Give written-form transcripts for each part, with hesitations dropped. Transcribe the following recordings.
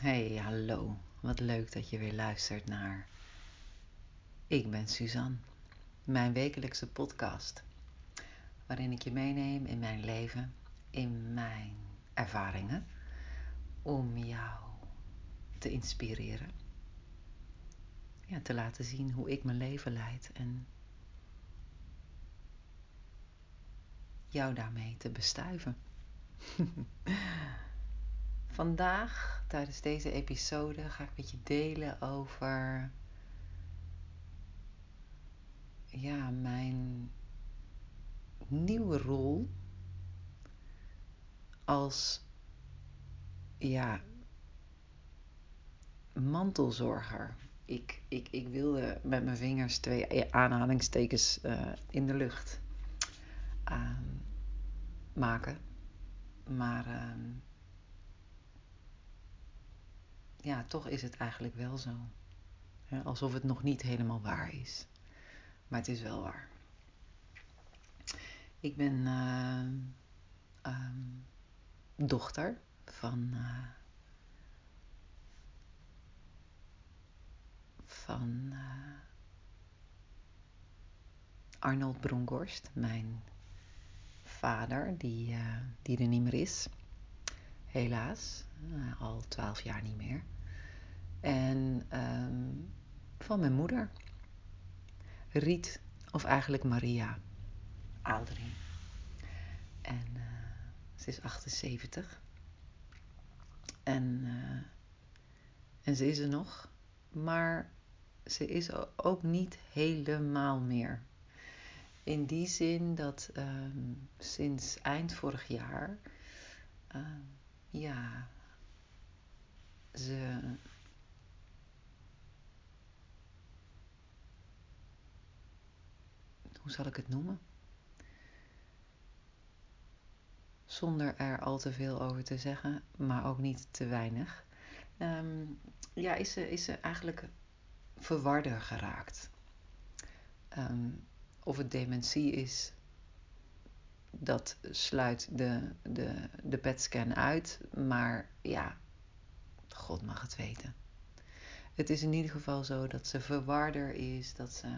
Hey, hallo. Wat leuk dat je weer luistert naar Ik ben Suzanne, mijn wekelijkse podcast, waarin ik je meeneem in mijn leven, in mijn ervaringen, om jou te inspireren, te laten zien hoe ik mijn leven leid en jou daarmee te bestuiven. Vandaag, tijdens deze episode, ga ik met je delen over mijn nieuwe rol als mantelzorger. Ik wilde met mijn vingers 2 aanhalingstekens in de lucht maken. Maar toch is het eigenlijk wel zo. Alsof het nog niet helemaal waar is. Maar het is wel waar. Ik ben dochter van Arnold Bronkhorst, mijn vader, die er niet meer is. Helaas, al 12 jaar niet meer. En van mijn moeder, Riet, of eigenlijk Maria Aaldering. En ze is 78. En ze is er nog, maar ze is ook niet helemaal meer. In die zin dat sinds eind vorig jaar ze hoe zal ik het noemen? Zonder er al te veel over te zeggen, maar ook niet te weinig. Is ze eigenlijk verwarder geraakt. Of het dementie is, dat sluit de PET-scan uit. Maar God mag het weten. Het is in ieder geval zo dat ze verwarder is,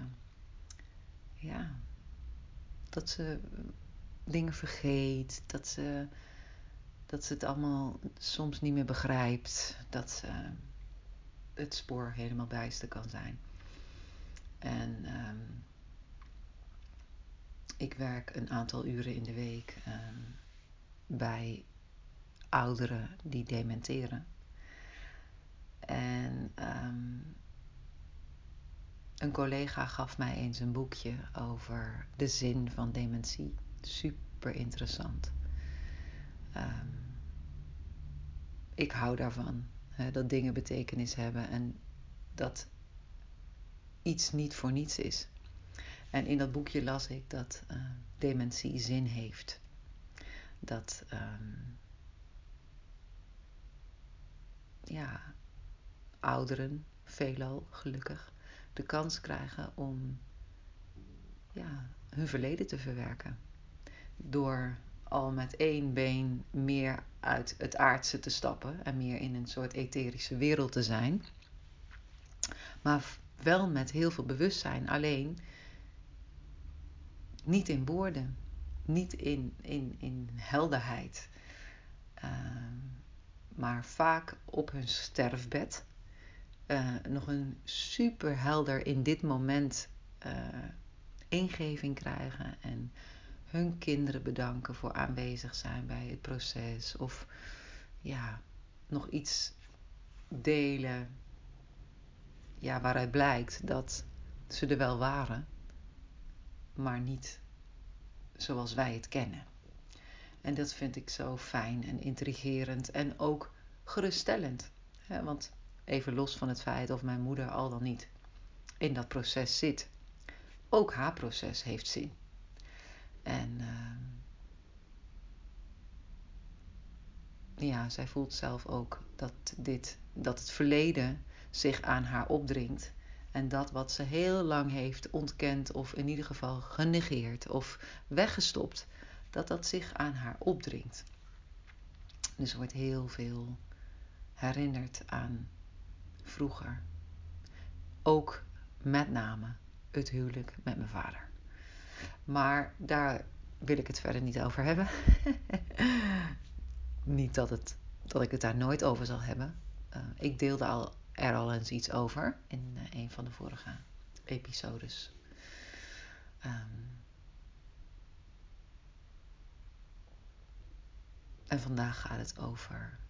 dat ze dingen vergeet, dat ze het allemaal soms niet meer begrijpt, dat ze het spoor helemaal bijster kan zijn. En ik werk een aantal uren in de week bij ouderen die dementeren. En een collega gaf mij eens een boekje over de zin van dementie. Super interessant. Ik hou daarvan. Dat dingen betekenis hebben en dat iets niet voor niets is. En in dat boekje las ik dat dementie zin heeft. Dat ouderen, veelal gelukkig, de kans krijgen om hun verleden te verwerken. Door al met 1 been meer uit het aardse te stappen en meer in een soort etherische wereld te zijn. Maar wel met heel veel bewustzijn, alleen niet in woorden, niet in helderheid. Maar vaak op hun sterfbed nog een super helder in dit moment ingeving krijgen en hun kinderen bedanken voor aanwezig zijn bij het proces. Of nog iets delen waaruit blijkt dat ze er wel waren, maar niet zoals wij het kennen. En dat vind ik zo fijn en intrigerend en ook geruststellend. Want even los van het feit of mijn moeder al dan niet in dat proces zit. Ook haar proces heeft zin. En zij voelt zelf ook dat het verleden zich aan haar opdringt. En dat wat ze heel lang heeft ontkend of in ieder geval genegeerd of weggestopt, dat zich aan haar opdringt. Dus er wordt heel veel herinnert aan vroeger. Ook met name het huwelijk met mijn vader. Maar daar wil ik het verder niet over hebben. Niet dat ik het daar nooit over zal hebben. Ik deelde er al eens iets over in een van de vorige episodes. En vandaag gaat het over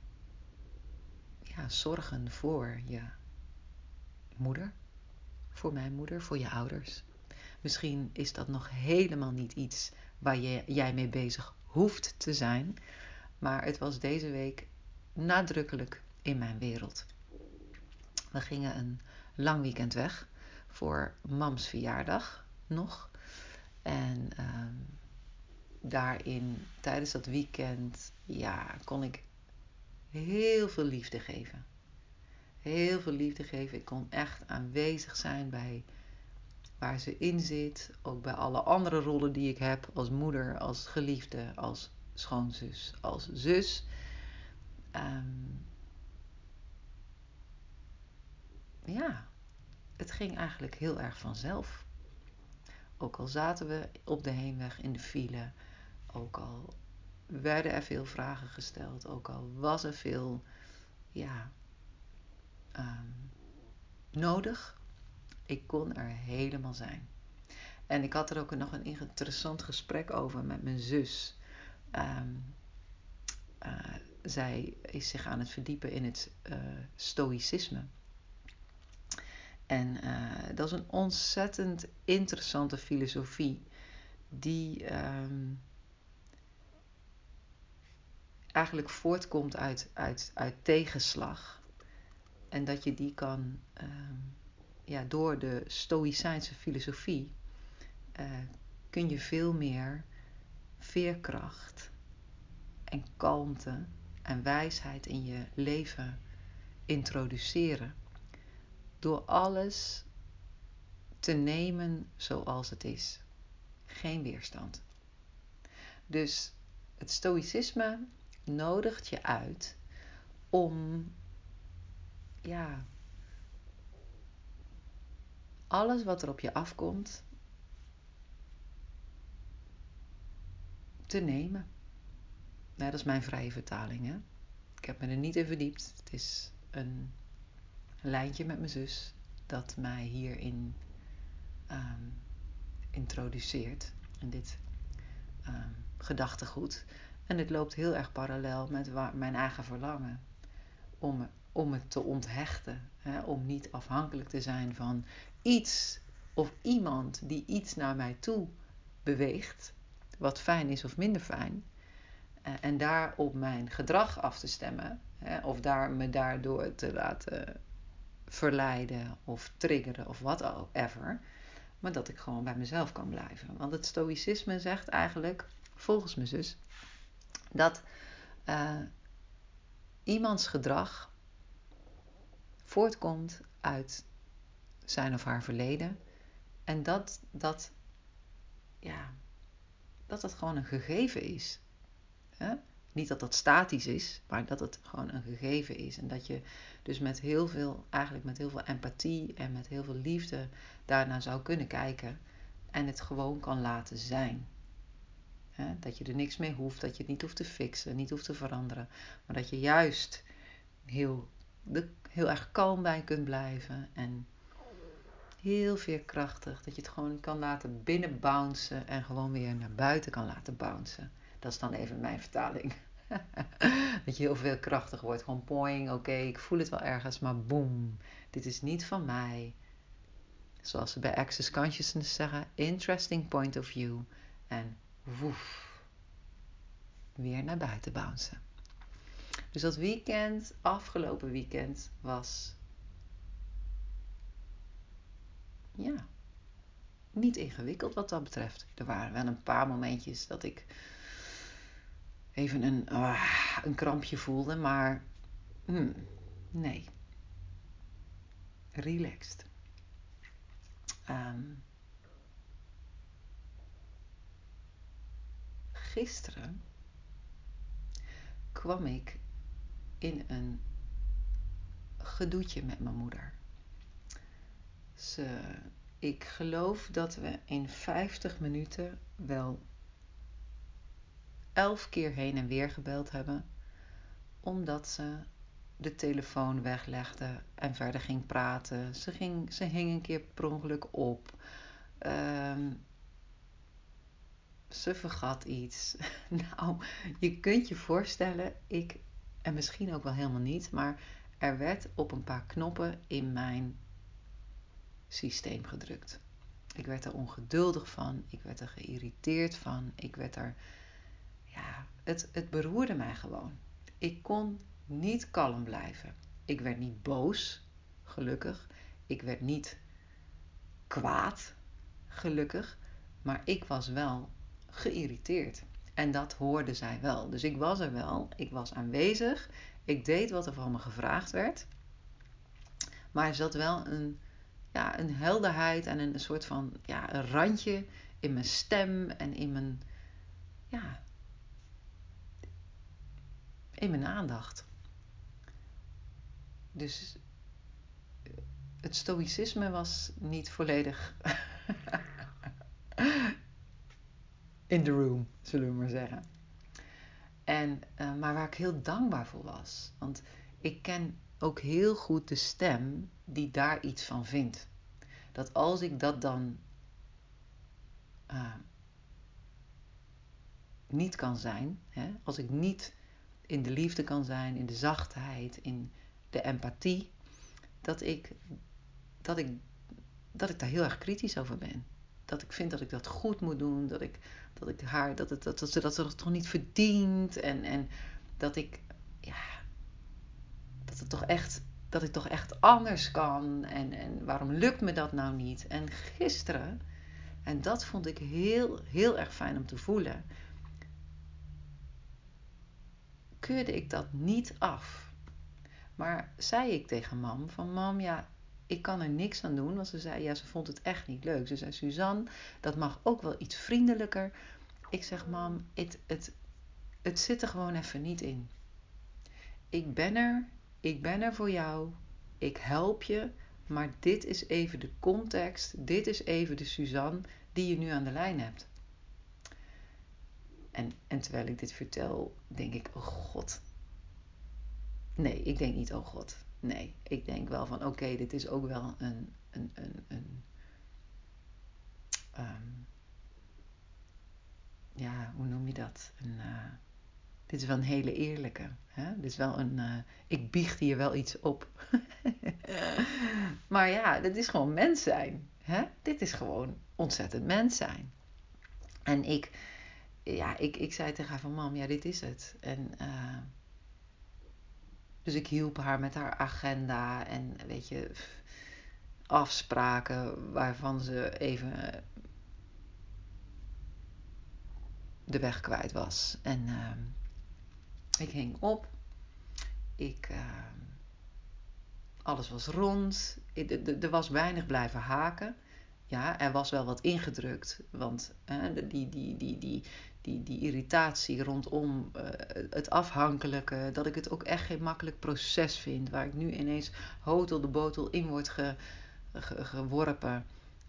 zorgen voor je moeder. Voor mijn moeder, voor je ouders. Misschien is dat nog helemaal niet iets waar jij mee bezig hoeft te zijn. Maar het was deze week nadrukkelijk in mijn wereld. We gingen een lang weekend weg voor mams verjaardag nog. En daarin, tijdens dat weekend, kon ik heel veel liefde geven. Heel veel liefde geven. Ik kon echt aanwezig zijn bij waar ze in zit. Ook bij alle andere rollen die ik heb. Als moeder, als geliefde, als schoonzus, als zus. Het ging eigenlijk heel erg vanzelf. Ook al zaten we op de heenweg in de file. Ook al werden er veel vragen gesteld. Ook al was er veel nodig. Ik kon er helemaal zijn. En ik had er ook nog een interessant gesprek over met mijn zus. Zij is zich aan het verdiepen in het stoïcisme. En dat is een ontzettend interessante filosofie die eigenlijk voortkomt uit tegenslag. En dat je die kan, door de stoïcijnse filosofie, kun je veel meer veerkracht en kalmte en wijsheid in je leven introduceren. Door alles te nemen zoals het is. Geen weerstand. Dus het stoïcisme nodigt je uit om alles wat er op je afkomt te nemen. Nou, dat is mijn vrije vertaling. Hè? Ik heb me er niet in verdiept. Het is een lijntje met mijn zus dat mij hierin introduceert. In dit gedachtegoed. En het loopt heel erg parallel met mijn eigen verlangen. Om het te onthechten. Hè? Om niet afhankelijk te zijn van iets of iemand die iets naar mij toe beweegt. Wat fijn is of minder fijn. En daar op mijn gedrag af te stemmen. Hè? Of me daardoor te laten verleiden of triggeren of whatever. Maar dat ik gewoon bij mezelf kan blijven. Want het stoïcisme zegt eigenlijk, volgens mijn zus, dat iemands gedrag voortkomt uit zijn of haar verleden. En dat gewoon een gegeven is. Hè? Niet dat dat statisch is, maar dat het gewoon een gegeven is. En dat je dus met heel veel empathie en met heel veel liefde daarnaar zou kunnen kijken. En het gewoon kan laten zijn. Hè? Dat je er niks mee hoeft, dat je het niet hoeft te fixen, niet hoeft te veranderen. Maar dat je juist heel erg kalm bij kunt blijven. En heel veerkrachtig. Dat je het gewoon kan laten binnenbouncen en gewoon weer naar buiten kan laten bouncen. Dat is dan even mijn vertaling. Dat je heel veerkrachtig wordt. Gewoon poing, oké, ik voel het wel ergens, maar boem. Dit is niet van mij. Zoals ze bij Access Consciousness zeggen, interesting point of view. En woef. Weer naar buiten bouncen. Dus dat afgelopen weekend was niet ingewikkeld wat dat betreft. Er waren wel een paar momentjes dat ik even een krampje voelde, maar nee. Relaxed. Gisteren kwam ik in een gedoetje met mijn moeder. Ik geloof dat we in 50 minuten wel 11 keer heen en weer gebeld hebben, omdat ze de telefoon weglegde en verder ging praten. Ze hing een keer per ongeluk op. Ze vergat iets. Nou, je kunt je voorstellen, en misschien ook wel helemaal niet, maar er werd op een paar knoppen in mijn systeem gedrukt. Ik werd er ongeduldig van, ik werd er geïrriteerd van, het beroerde mij gewoon. Ik kon niet kalm blijven. Ik werd niet boos, gelukkig. Ik werd niet kwaad, gelukkig. Maar ik was wel geïrriteerd. En dat hoorde zij wel. Dus ik was er wel. Ik was aanwezig. Ik deed wat er van me gevraagd werd. Maar er zat wel een helderheid en een soort van een randje in mijn stem en in mijn aandacht. Dus het stoïcisme was niet volledig in the room, zullen we maar zeggen. Maar waar ik heel dankbaar voor was. Want ik ken ook heel goed de stem die daar iets van vindt. Dat als ik dat dan niet kan zijn, als ik niet in de liefde kan zijn, in de zachtheid, in de empathie, dat ik daar heel erg kritisch over ben. Dat ik vind dat ik dat goed moet doen, dat ze dat toch niet verdient en dat ik dat ik toch echt anders kan en waarom lukt me dat nou niet? En gisteren, en dat vond ik heel, heel erg fijn om te voelen, keurde ik dat niet af. Maar zei ik tegen mam van mam, ik kan er niks aan doen. Want ze zei, ze vond het echt niet leuk. Ze zei, Suzanne, dat mag ook wel iets vriendelijker. Ik zeg, mam, het zit er gewoon even niet in. Ik ben er voor jou. Ik help je. Maar dit is even de context. Dit is even de Suzanne die je nu aan de lijn hebt. En terwijl ik dit vertel, denk ik, oh god. Nee, ik denk niet, oh god. Nee, ik denk wel van, oké, dit is ook wel hoe noem je dat? Dit is wel een hele eerlijke. Hè? Dit is wel ik biecht hier wel iets op. Maar dit is gewoon mens zijn. Hè? Dit is gewoon ontzettend mens zijn. En ik zei tegen haar van, mam, dit is het. En dus ik hielp haar met haar agenda en weet je, afspraken waarvan ze even de weg kwijt was. En ik hing op. Alles was rond. Er was weinig blijven haken. Ja, er was wel wat ingedrukt. Want die irritatie rondom het afhankelijke. Dat ik het ook echt geen makkelijk proces vind. Waar ik nu ineens hotel de botel in word geworpen.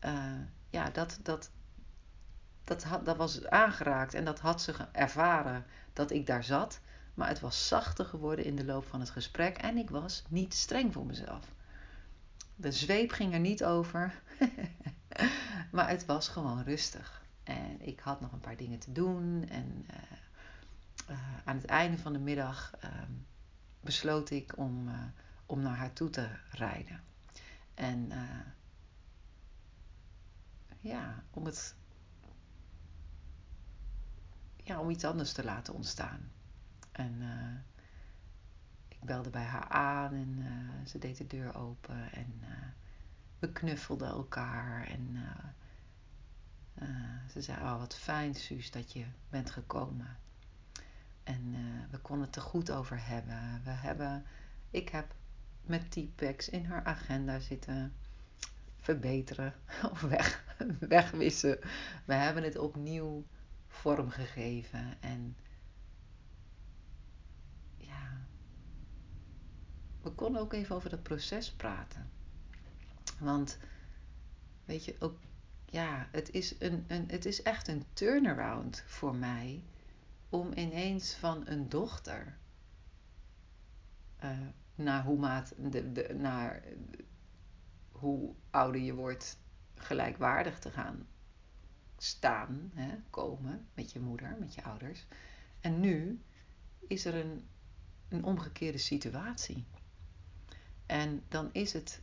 Dat was aangeraakt. En dat had ze ervaren dat ik daar zat. Maar het was zachter geworden in de loop van het gesprek. En ik was niet streng voor mezelf. De zweep ging er niet over. Maar het was gewoon rustig. En ik had nog een paar dingen te doen. En aan het einde van de middag besloot ik om naar haar toe te rijden. En om iets anders te laten ontstaan. En ik belde bij haar aan en ze deed de deur open en we knuffelden elkaar en ze zei, oh wat fijn Suus dat je bent gekomen. En we konden het er goed over hebben. Ik heb met T-Pex in haar agenda zitten verbeteren of wegwissen. We hebben het opnieuw vormgegeven en we konden ook even over dat proces praten. Want, weet je, ook, ja, het is echt een turnaround voor mij om ineens van een dochter naar naar hoe ouder je wordt gelijkwaardig te gaan staan, komen met je moeder, met je ouders. En nu is er een omgekeerde situatie. En dan is het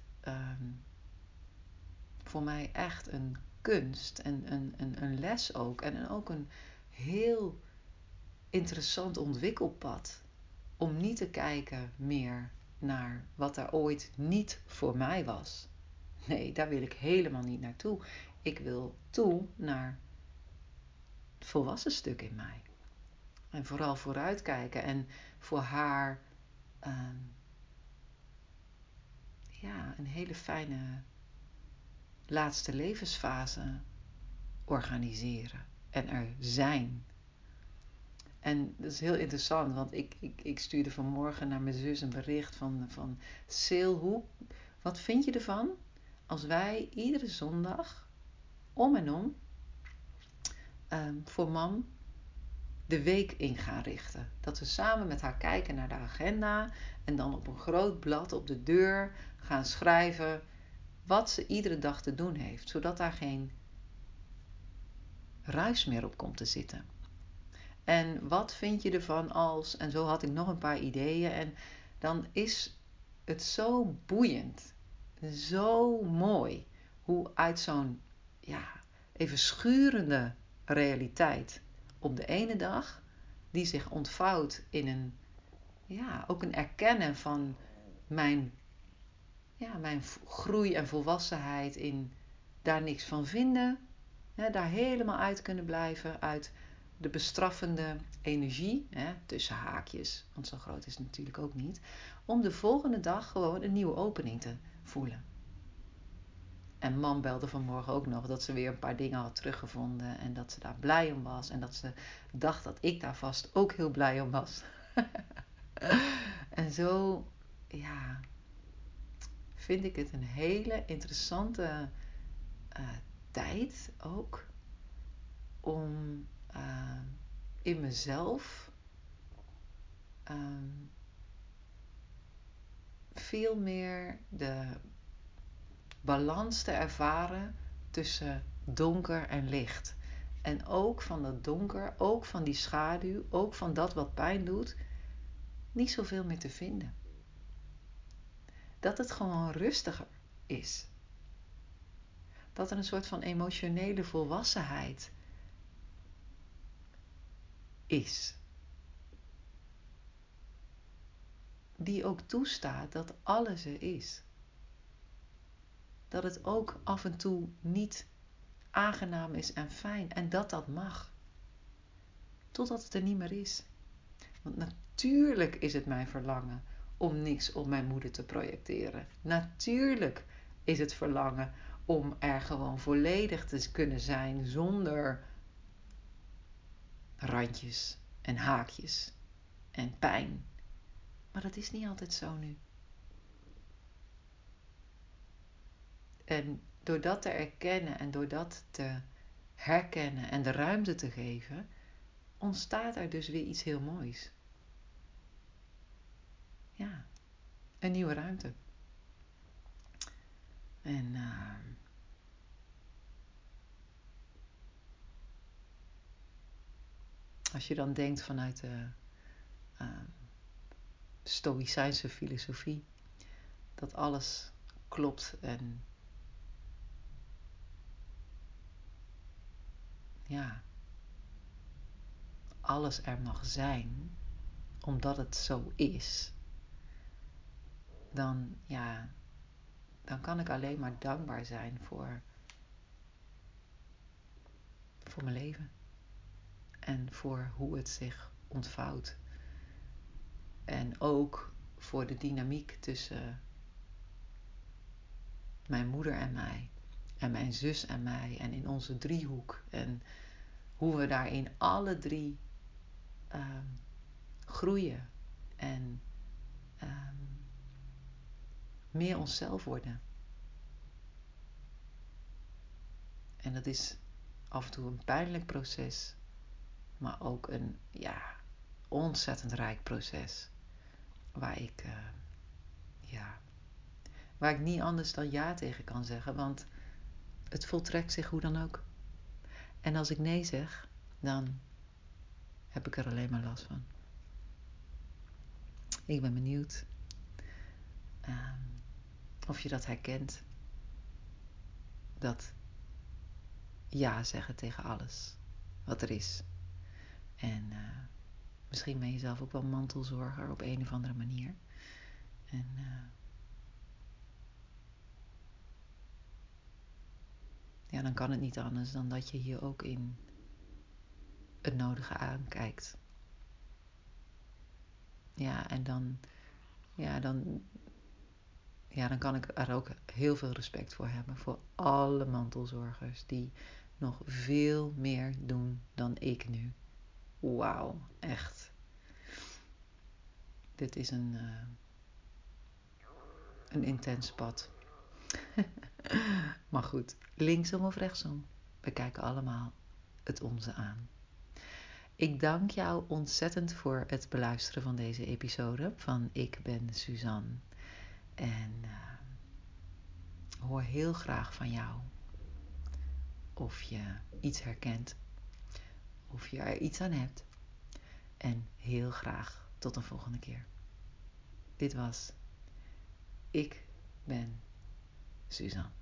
voor mij echt een kunst en een les ook. En ook een heel interessant ontwikkelpad. Om niet te kijken meer naar wat er ooit niet voor mij was. Nee, daar wil ik helemaal niet naartoe. Ik wil toe naar het volwassen stuk in mij. En vooral vooruitkijken en voor haar een hele fijne laatste levensfase organiseren. En er zijn. En dat is heel interessant, want ik stuurde vanmorgen naar mijn zus een bericht van Sil, wat vind je ervan als wij iedere zondag om en om voor mam de week in gaan richten. Dat we samen met haar kijken naar de agenda en dan op een groot blad op de deur gaan schrijven wat ze iedere dag te doen heeft, zodat daar geen ruis meer op komt te zitten. En wat vind je ervan als, en zo had ik nog een paar ideeën, en dan is het zo boeiend, zo mooi, hoe uit zo'n even schurende realiteit op de ene dag, die zich ontvouwt in ook een erkennen van mijn groei en volwassenheid in daar niks van vinden, daar helemaal uit kunnen blijven uit de bestraffende energie, tussen haakjes, want zo groot is het natuurlijk ook niet, om de volgende dag gewoon een nieuwe opening te voelen. En mam belde vanmorgen ook nog dat ze weer een paar dingen had teruggevonden en dat ze daar blij om was en dat ze dacht dat ik daar vast ook heel blij om was. En zo, vind ik het een hele interessante tijd ook om in mezelf veel meer de balans te ervaren tussen donker en licht. En ook van dat donker, ook van die schaduw, ook van dat wat pijn doet, niet zoveel meer te vinden. Dat het gewoon rustiger is. Dat er een soort van emotionele volwassenheid is. Die ook toestaat dat alles er is. Dat het ook af en toe niet aangenaam is en fijn. En dat mag. Totdat het er niet meer is. Want natuurlijk is het mijn verlangen om niks op mijn moeder te projecteren. Natuurlijk is het verlangen om er gewoon volledig te kunnen zijn zonder randjes en haakjes en pijn. Maar dat is niet altijd zo nu. En door dat te erkennen en door dat te herkennen en de ruimte te geven, ontstaat er dus weer iets heel moois. Ja, een nieuwe ruimte. En als je dan denkt vanuit de Stoïcijnse filosofie, dat alles klopt en alles er mag zijn, omdat het zo is, dan kan ik alleen maar dankbaar zijn voor mijn leven. En voor hoe het zich ontvouwt. En ook voor de dynamiek tussen mijn moeder en mij. En mijn zus en mij. En in onze driehoek. En hoe we daarin alle drie groeien. En meer onszelf worden. En dat is af en toe een pijnlijk proces, maar ook een ontzettend rijk proces. Waar ik niet anders dan ja tegen kan zeggen, want het voltrekt zich hoe dan ook. En als ik nee zeg, dan heb ik er alleen maar last van. Ik ben benieuwd of je dat herkent. Dat ja zeggen tegen alles wat er is. En misschien ben je zelf ook wel mantelzorger op een of andere manier. En dan kan het niet anders dan dat je hier ook in het nodige aankijkt. Ja, en dan kan ik er ook heel veel respect voor hebben. Voor alle mantelzorgers die nog veel meer doen dan ik nu. Wauw, echt. Dit is een intens pad. Maar goed, linksom of rechtsom. We kijken allemaal het onze aan. Ik dank jou ontzettend voor het beluisteren van deze episode van Ik ben Suzanne. En hoor heel graag van jou of je iets herkent, of je er iets aan hebt. En heel graag tot een volgende keer. Dit was Ik ben Suzanne.